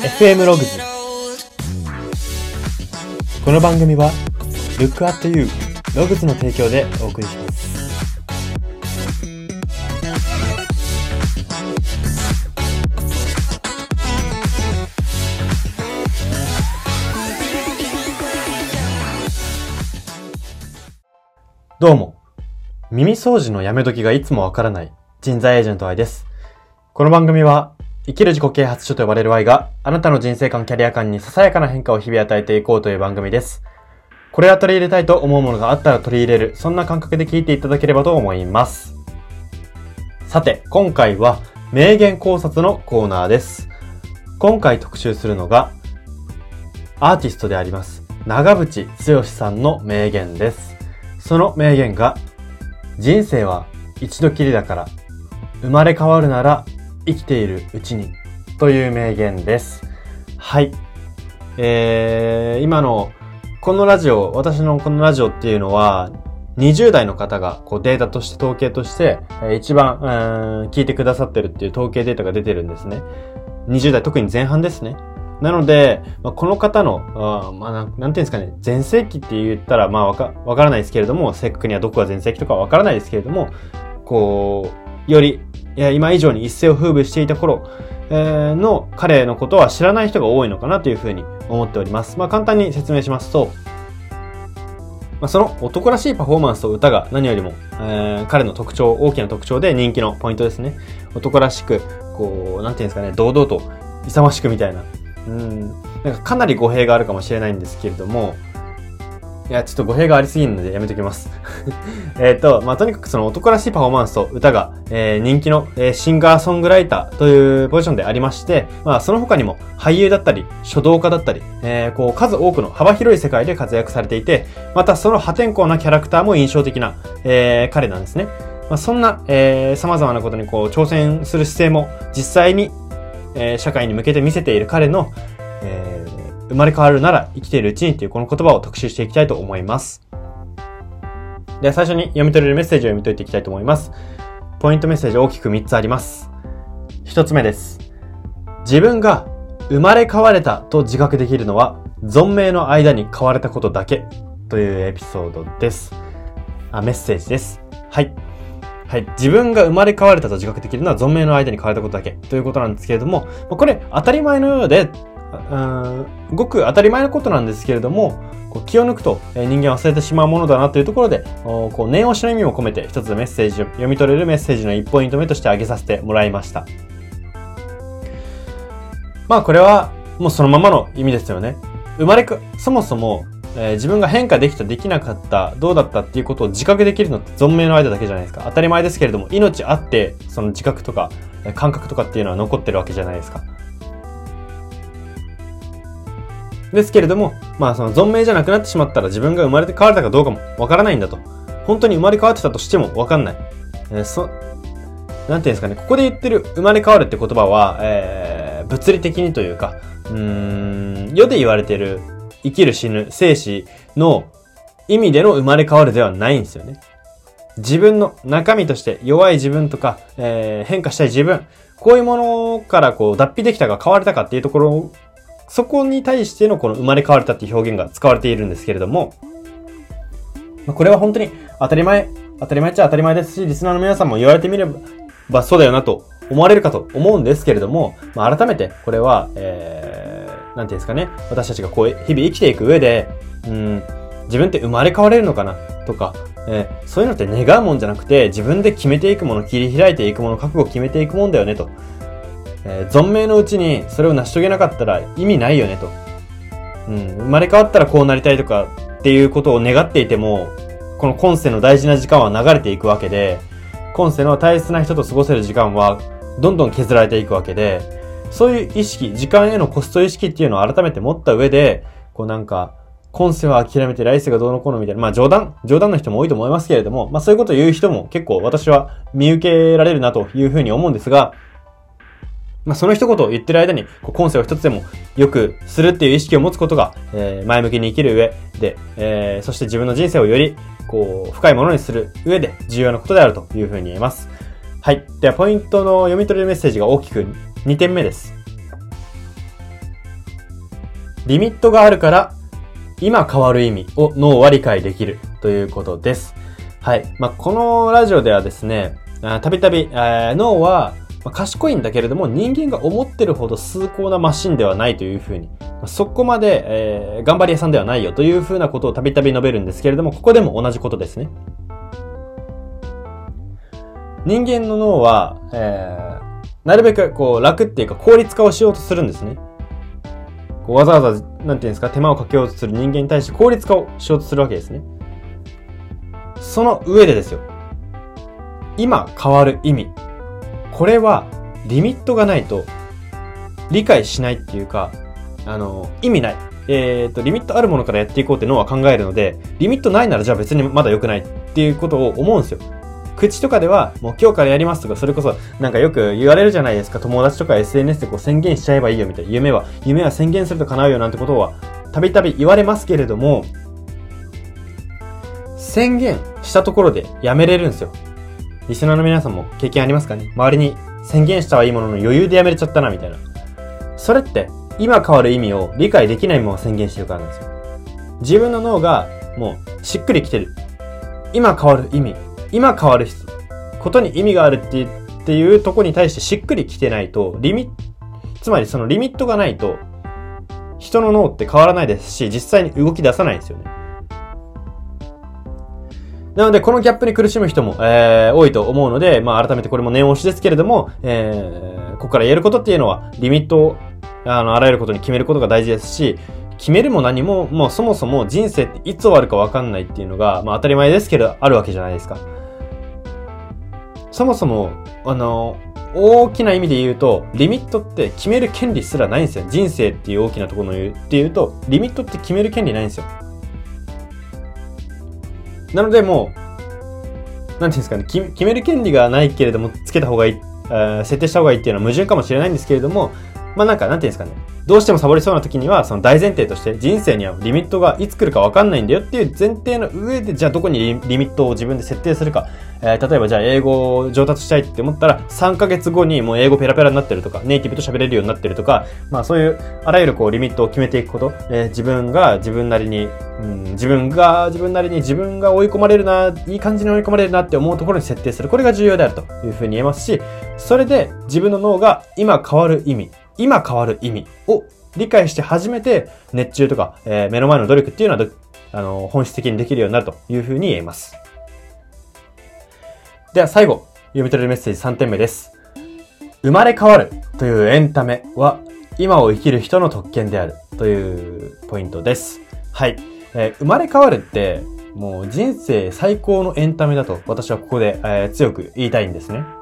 FM ログズ。この番組は Look at You ログズの提供でお送りします。どうも、耳掃除のやめ時がいつもわからない人材エージェント Y です。この番組は生きる自己啓発書と呼ばれる Y があなたの人生観、キャリア観にささやかな変化を日々与えていこうという番組です。これは取り入れたいと思うものがあったら取り入れる、そんな感覚で聞いていただければと思います。さて、今回は名言考察のコーナーです。今回特集するのがアーティストであります長渕剛さんの名言です。その名言が、人生は一度きりだから生まれ変わるなら生きているうちにという名言です。はい。今のこのラジオ、私のこのラジオっていうのは20代の方がこうデータとして統計として一番聞いてくださってるっていう統計データが出てるんですね。20代特に前半ですね。なので、この方の、なんていうんですかね、全盛期って言ったら、わからないですけれども、正確にはどこが全盛期とかわからないですけれども、こう、より、今以上に一世を風靡していた頃、の彼のことは知らない人が多いのかなというふうに思っております。簡単に説明しますと、その男らしいパフォーマンスと歌が何よりも、彼の特徴、大きな特徴で人気のポイントですね。男らしく、こう、なんていうんですかね、堂々と勇ましくみたいな。なんかかなり語弊があるかもしれないんですけれども、ちょっと語弊がありすぎるのでやめときます。とにかくその男らしいパフォーマンスと歌が、人気の、シンガーソングライターというポジションでありまして、その他にも俳優だったり、書道家だったり、数多くの幅広い世界で活躍されていて、またその破天荒なキャラクターも印象的な、彼なんですね。そんな、様々なことにこう挑戦する姿勢も実際に社会に向けて見せている彼の、生まれ変わるなら生きているうちにというこの言葉を特集していきたいと思います。では最初に読み取れるメッセージを読み解いていきたいと思います。ポイントメッセージ大きく3つあります。1つ目です。自分が生まれ変われたと自覚できるのは存命の間に変われたことだけというエピソードです。メッセージです。はい。自分が生まれ変われたと自覚できるのは存命の間に変われたことだけということなんですけれども、これ当たり前のようで、ごく当たり前のことなんですけれども、気を抜くと人間は忘れてしまうものだなというところで、念押しの意味も込めて一つメッセージを読み取れるメッセージの1ポイント目として挙げさせてもらいました。これはもうそのままの意味ですよね。そもそも自分が変化できた、できなかった、どうだったっていうことを自覚できるのって存命の間だけじゃないですか。当たり前ですけれども、命あって、その自覚とか、感覚とかっていうのは残ってるわけじゃないですか。ですけれども、その存命じゃなくなってしまったら自分が生まれて変われたかどうかもわからないんだと。本当に生まれ変わってたとしてもわかんない。なんていうんですかね、ここで言ってる生まれ変わるって言葉は、物理的にというか、世で言われてる生きる死ぬ生死の意味での生まれ変わるではないんですよね。自分の中身として弱い自分とか、変化したい自分、こういうものからこう脱皮できたか変われたかっていうところ、そこに対してのこの生まれ変われたっていう表現が使われているんですけれども、これは本当に当たり前っちゃ当たり前ですし、リスナーの皆さんも言われてみればそうだよなと思われるかと思うんですけれども、改めてこれは、なんていうんですかね、私たちがこう日々生きていく上で、自分って生まれ変われるのかなとか、そういうのって願うもんじゃなくて、自分で決めていくもの、切り開いていくもの、覚悟を決めていくもんだよねと。存命のうちにそれを成し遂げなかったら意味ないよねと。生まれ変わったらこうなりたいとかっていうことを願っていても、この今世の大事な時間は流れていくわけで、今世の大切な人と過ごせる時間はどんどん削られていくわけで、そういう意識、時間へのコスト意識っていうのを改めて持った上で、今世は諦めて来世がどうのこうのみたいな、冗談の人も多いと思いますけれども、そういうことを言う人も結構私は見受けられるなというふうに思うんですが、その一言を言ってる間に、今世を一つでも良くするっていう意識を持つことが、前向きに生きる上で、そして自分の人生をより、深いものにする上で重要なことであるというふうに言えます。はい。では、ポイントの読み取れるメッセージが大きく2点目です。 リミットがあるから、今変わる意味を脳は理解できるということです。はい。このラジオではですね、たびたび脳は賢いんだけれども、人間が思ってるほど崇高なマシンではないというふうに、そこまで、頑張り屋さんではないよというふうなことをたびたび述べるんですけれども、ここでも同じことですね。人間の脳は、なるべく楽っていうか効率化をしようとするんですね。わざわざ、なんていうんですか、手間をかけようとする人間に対して効率化をしようとするわけですね。その上でですよ。今変わる意味。これは、リミットがないと、理解しないっていうか、意味ない。リミットあるものからやっていこうって脳は考えるので、リミットないならじゃあ別にまだ良くないっていうことを思うんですよ。口とかでは、もう今日からやりますとか、それこそ、なんかよく言われるじゃないですか。友達とか SNS で宣言しちゃえばいいよみたいな。夢は宣言すると叶うよなんてことは、たびたび言われますけれども、宣言したところでやめれるんですよ。リスナーの皆さんも経験ありますかね？周りに宣言したはいいものの余裕でやめれちゃったな、みたいな。それって、今変わる意味を理解できないまま宣言してるからなんですよ。自分の脳が、もう、しっくりきてる。今変わる意味。今変わることに意味があるっていうところに対してしっくりきてないと、つまりそのリミットがないと、人の脳って変わらないですし、実際に動き出さないんですよね。なので、このギャップに苦しむ人も、多いと思うので、改めてこれも念押しですけれども、ここから言えることっていうのは、リミットを、あらゆることに決めることが大事ですし、決めるも何も、もうそもそも人生っていつ終わるか分かんないっていうのが、当たり前ですけど、あるわけじゃないですか。そもそも、大きな意味で言うと、リミットって決める権利すらないんですよ。人生っていう大きなところって言うと、リミットって決める権利ないんですよ。なのでもう、なんていうんですかね、決める権利がないけれども、つけた方がいい、設定した方がいいっていうのは矛盾かもしれないんですけれども、なんていうんですかね、どうしてもサボりそうな時には、その大前提として人生にはリミットがいつ来るか分かんないんだよっていう前提の上で、じゃあどこにリミットを自分で設定するか。例えばじゃあ英語を上達したいって思ったら、3ヶ月後にもう英語ペラペラになってるとか、ネイティブと喋れるようになってるとか、そういう、あらゆるリミットを決めていくこと、自分が自分なりに、自分が追い込まれるな、いい感じに追い込まれるなって思うところに設定する。これが重要であるというふうに言えますし、それで自分の脳が今変わる意味を理解して初めて熱中とか、目の前の努力っていうのは本質的にできるようになるというふうに言えます。では最後、読み取れるメッセージ3点目です。生まれ変わるというエンタメは今を生きる人の特権であるというポイントです。はい。生まれ変わるってもう人生最高のエンタメだと私はここで、強く言いたいんですね。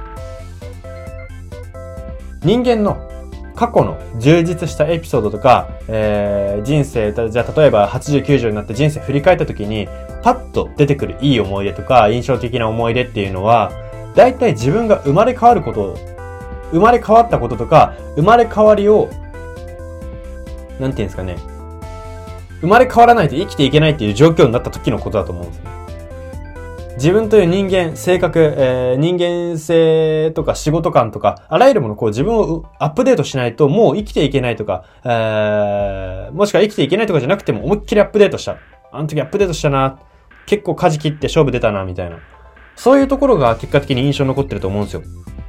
人間の過去の充実したエピソードとか、人生、じゃあ例えば80、90になって人生振り返った時に、パッと出てくるいい思い出とか、印象的な思い出っていうのは、大体自分が生まれ変わったこととか、生まれ変わりを、なんていうんですかね、生まれ変わらないと生きていけないっていう状況になった時のことだと思うんですね。自分という人間、性格、人間性とか仕事観とか、あらゆるもの自分をアップデートしないともう生きていけないとか、もしくは生きていけないとかじゃなくても思いっきりアップデートした。あの時アップデートしたな。結構舵切って勝負出たな、みたいな。そういうところが結果的に印象に残ってると思うんですよ。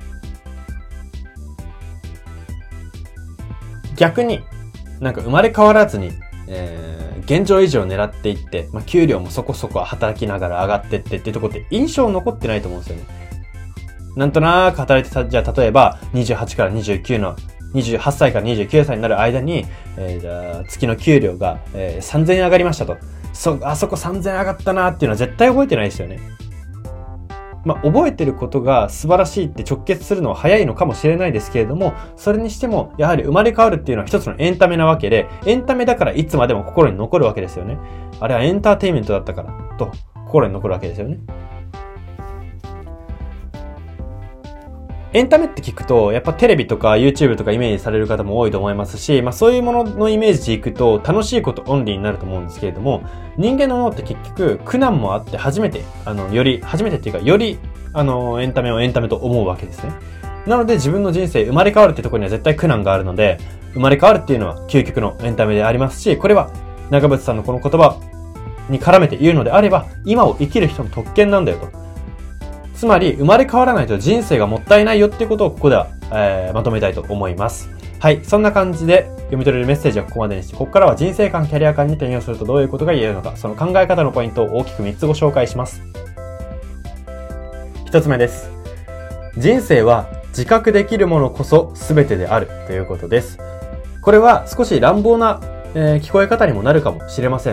逆に、生まれ変わらずに、現状維持を狙っていって、給料もそこそこ働きながら上がってってっていうところって印象残ってないと思うんですよね。なんとなく働いてた、じゃあ例えば28から29の、28歳から29歳になる間に、じゃあ月の給料が、3000円上がりましたと。あそこ3000円上がったなっていうのは絶対覚えてないですよね。覚えてることが素晴らしいって直結するのは早いのかもしれないですけれども、それにしても、やはり生まれ変わるっていうのは一つのエンタメなわけで、エンタメだからいつまでも心に残るわけですよね。あれはエンターテインメントだったから、と、心に残るわけですよね。エンタメって聞くと、やっぱテレビとか YouTube とかイメージされる方も多いと思いますし、そういうもののイメージでいくと楽しいことオンリーになると思うんですけれども、人間の脳って結局苦難もあって初めてっていうか、よりエンタメをエンタメと思うわけですね。 なので自分の人生生まれ変わるってところには絶対苦難があるので、生まれ変わるっていうのは究極のエンタメでありますし、これは長渕さんのこの言葉に絡めて言うのであれば、今を生きる人の特権なんだよと。つまり生まれ変わらないと人生がもったいないよっていうことをここでは、まとめたいと思います。はい。そんな感じで読み取れるメッセージはここまでにして、ここからは人生観、キャリア観に転用するとどういうことが言えるのか、その考え方のポイントを大きく3つご紹介します。1つ目です。人生は自覚できるものこそ全てであるということです。これは少し乱暴な、聞こえ方にもなるかもしれません。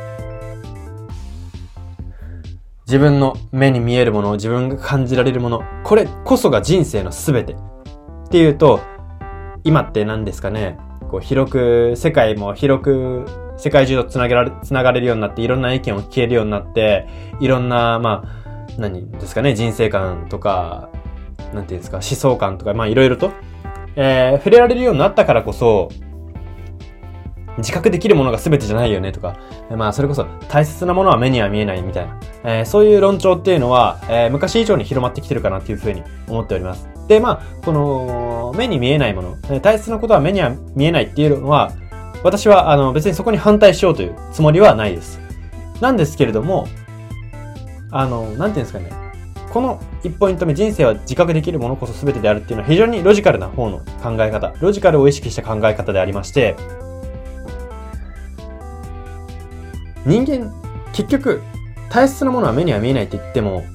自分の目に見えるもの、自分が感じられるもの、これこそが人生の全てっていうと、今って何ですかね、こう広く、世界も広く、世界中とつながれるようになって、いろんな意見を聞けるようになって、いろんな、何ですかね、人生観とか、なんていうんですか、思想観とか、いろいろと、触れられるようになったからこそ、自覚できるものが全てじゃないよねとか、それこそ大切なものは目には見えないみたいな、そういう論調っていうのは、昔以上に広まってきてるかなっていうふうに思っております。で、この、目に見えないもの、大切なことは目には見えないっていうのは、私は、別にそこに反対しようというつもりはないです。なんですけれども、なんていうんですかね、この1ポイント目、人生は自覚できるものこそ全てであるっていうのは非常にロジカルな方の考え方、ロジカルを意識した考え方でありまして、人間、結局、大切なものは目には見えないって言っても、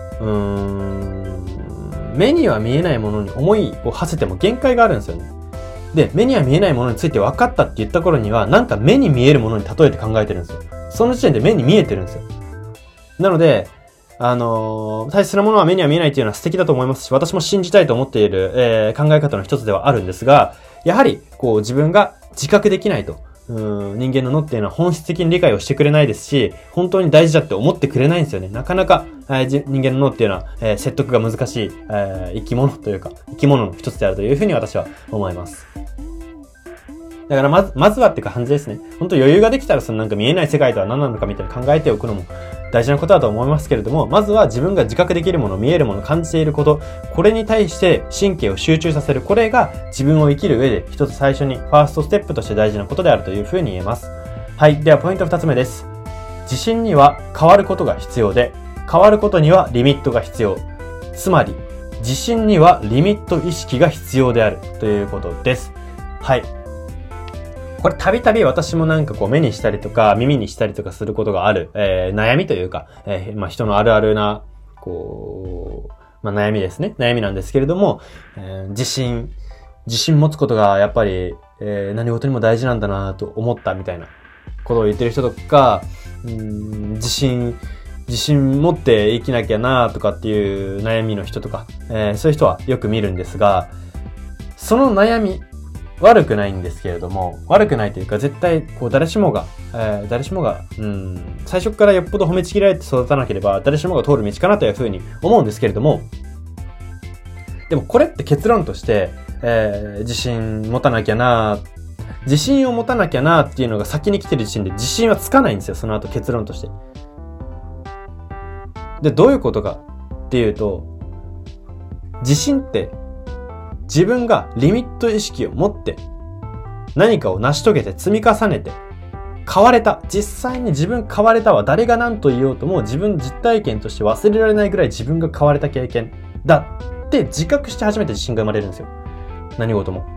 目には見えないものに思いを馳せても限界があるんですよね。で、目には見えないものについて分かったって言った頃には、なんか目に見えるものに例えて考えてるんですよ。その時点で目に見えてるんですよ。なので、大切なものは目には見えないっていうのは素敵だと思いますし、私も信じたいと思っている、考え方の一つではあるんですが、やはり、自分が自覚できないと。人間の脳っていうのは本質的に理解をしてくれないですし、本当に大事だって思ってくれないんですよね。なかなか、人間の脳っていうのは、説得が難しい、生き物というか、生き物の一つであるというふうに私は思います。だからまずはっていう感じですね。本当余裕ができたらそのなんか見えない世界とは何なのかみたいな考えておくのも大事なことだと思いますけれども、まずは自分が自覚できるもの、見えるもの、感じていること、これに対して神経を集中させる、これが自分を生きる上で一つ最初にファーストステップとして大事なことであるというふうに言えます。はい。ではポイント2つ目です。自信には変わることが必要で、変わることにはリミットが必要。つまり、自信にはリミット意識が必要であるということです。はい。これたびたび私もなんか目にしたりとか耳にしたりとかすることがある、悩みというか、人のあるあるな、悩みですね。悩みなんですけれども、自信持つことがやっぱり、何事にも大事なんだなと思ったみたいなことを言ってる人とか、自信持って生きなきゃなとかっていう悩みの人とか、そういう人はよく見るんですが、その悩み、悪くないんですけれども、悪くないというか、絶対、誰しもが、最初からよっぽど褒めちぎられて育たなければ、誰しもが通る道かなというふうに思うんですけれども、でもこれって結論として、自信を持たなきゃなっていうのが先に来てる時点で自信はつかないんですよ、その後結論として。で、どういうことかっていうと、自信って、自分がリミット意識を持って何かを成し遂げて積み重ねて変われた。実際に自分変われたは誰が何と言おうとも自分実体験として忘れられないぐらい自分が変われた経験だって自覚して初めて自信が生まれるんですよ。何事も。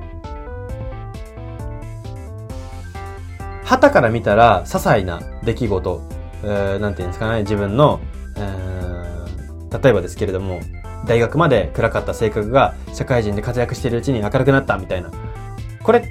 傍から見たら些細な出来事、なんていうんですかね、自分の、例えばですけれども、大学まで暗かった性格が社会人で活躍しているうちに明るくなったみたいな。これって、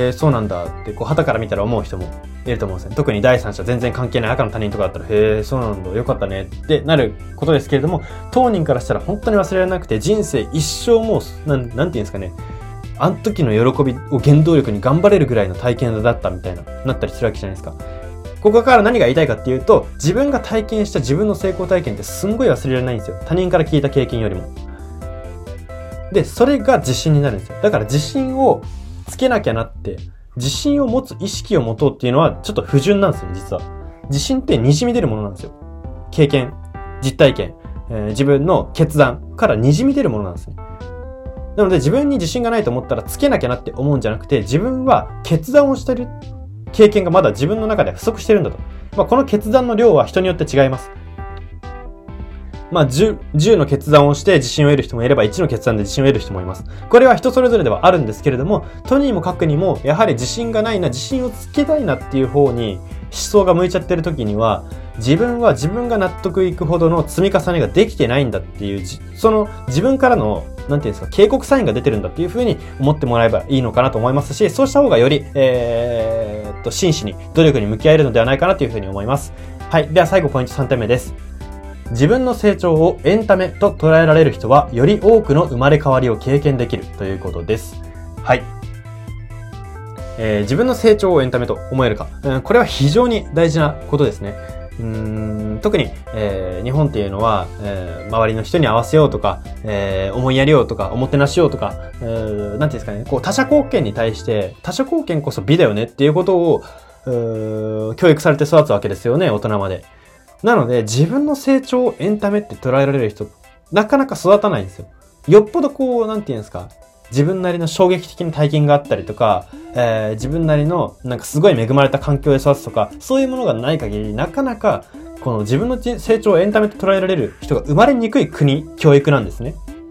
そうなんだって傍から見たら思う人もいると思うんですね。特に第三者全然関係ない赤の他人とかだったら、そうなんだ、よかったねってなることですけれども、当人からしたら本当に忘れられなくて人生一生もう、なんていうんですかね、あの時の喜びを原動力に頑張れるぐらいの体験だったみたいなったりするわけじゃないですか。ここから何が言いたいかっていうと、自分が体験した自分の成功体験ってすんごい忘れられないんですよ。他人から聞いた経験よりも。で、それが自信になるんですよ。だから自信をつけなきゃなって、自信を持つ意識を持とうっていうのはちょっと不純なんですよ、実は。自信って滲み出るものなんですよ。経験、実体験、 自分の決断から滲み出るものなんですね。なので自分に自信がないと思ったらつけなきゃなって思うんじゃなくて、自分は決断をしてる経験がまだ自分の中では不足してるんだと。この決断の量は人によって違います。10の決断をして自信を得る人もいれば、1の決断で自信を得る人もいます。これは人それぞれではあるんですけれども、とにもかくにも、やはり自信がないな、自信をつけたいなっていう方に思想が向いちゃってる時には、自分が納得いくほどの積み重ねができてないんだっていう、その自分からの、なんていうんですか、警告サインが出てるんだっていう風に思ってもらえばいいのかなと思いますし、そうした方がより、真摯に努力に向き合えるのではないかなという風に思います。はい。では最後ポイント3点目です。自分の成長をエンタメと捉えられる人は、より多くの生まれ変わりを経験できるということです。はい。自分の成長をエンタメと思えるか。これは非常に大事なことですね。特に、日本っていうのは、周りの人に合わせようとか、思いやりようとか、おもてなしようとか、なんていうんですかね、他者貢献に対して、他者貢献こそ美だよねっていうことを、教育されて育つわけですよね、大人まで。なので、自分の成長をエンタメって捉えられる人、なかなか育たないんですよ。よっぽどなんていうんですか、自分なりの衝撃的な体験があったりとか、自分なりのすごい恵まれた環境で育つとか、そういうものがない限り、なかなかこの自分の成長をエンタメと捉えられる人が生まれにくい教育なんですね。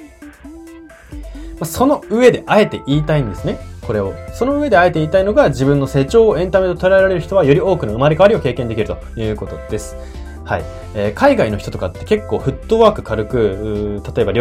その上であえて言いたいんですね。これを。その上であえて言いたいのが、自分の成長をエンタメと捉えられる人はより多くの生まれ変わりを経験できるということです。はい。海外の人とかって結構フットワーク軽く、例えば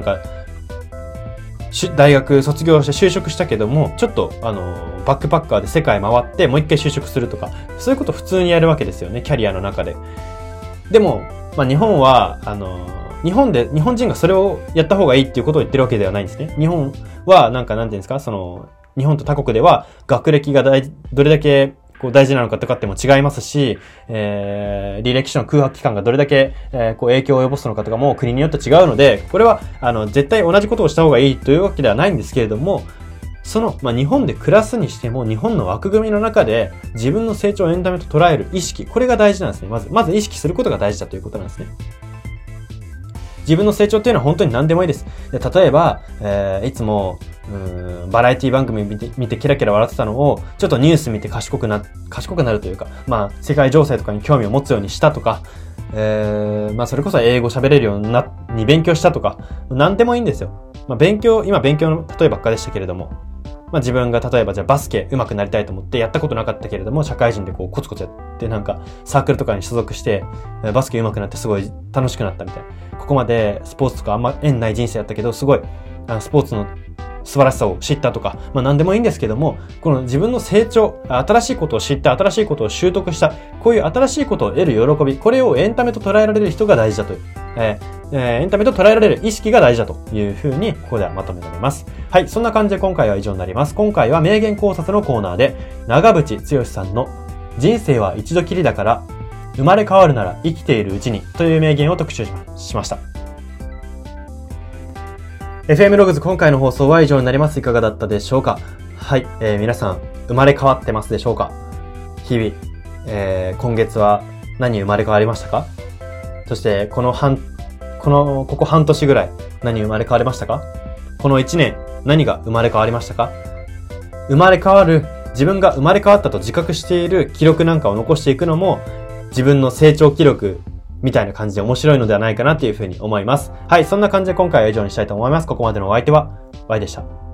大学卒業して就職したけども、ちょっとバックパッカーで世界回ってもう一回就職するとか、そういうこと普通にやるわけですよね、キャリアの中で。でも、日本は、日本人がそれをやった方がいいっていうことを言ってるわけではないんですね。日本はなんていうんですか、日本と他国では学歴がどれだけ大事なのかとかっても違いますし、履歴書の空白期間がどれだけ、影響を及ぼすのかとかも国によって違うので、これは、絶対同じことをした方がいいというわけではないんですけれども、日本で暮らすにしても、日本の枠組みの中で自分の成長をエンタメと捉える意識、これが大事なんですね。まず意識することが大事だということなんですね。自分の成長っていうのは本当に何でもいいです。例えば、いつも、バラエティ番組見てキラキラ笑ってたのを、ちょっとニュース見て賢くなるというか、世界情勢とかに興味を持つようにしたとか、それこそ英語喋れるように勉強したとか、何でもいいんですよ。今勉強の例えばっかでしたけれども、自分が例えばじゃあバスケ上手くなりたいと思ってやったことなかったけれども、社会人でコツコツやってサークルとかに所属して、バスケ上手くなってすごい楽しくなったみたいな。ここまでスポーツとかあんま縁ない人生やったけど、すごい、スポーツの素晴らしさを知ったとか、何でもいいんですけども、この自分の成長、新しいことを知って新しいことを習得した、こういう新しいことを得る喜び、これをエンタメと捉えられる人が大事だという、エンタメと捉えられる意識が大事だというふうに、ここではまとめられます。はい、そんな感じで今回は以上になります。今回は名言考察のコーナーで、長渕剛さんの人生は一度きりだから、生まれ変わるなら生きているうちにという名言を特集しました。FM ログズ今回の放送は以上になります。いかがだったでしょうか。はい、皆さん生まれ変わってますでしょうか。日々、今月は何生まれ変わりましたか。そしてここ半年ぐらい何生まれ変わりましたか。この1年何が生まれ変わりましたか。自分が生まれ変わったと自覚している記録なんかを残していくのも自分の成長記録みたいな感じで面白いのではないかなというふうに思います。はい、そんな感じで今回は以上にしたいと思います。ここまでのお相手はYでした。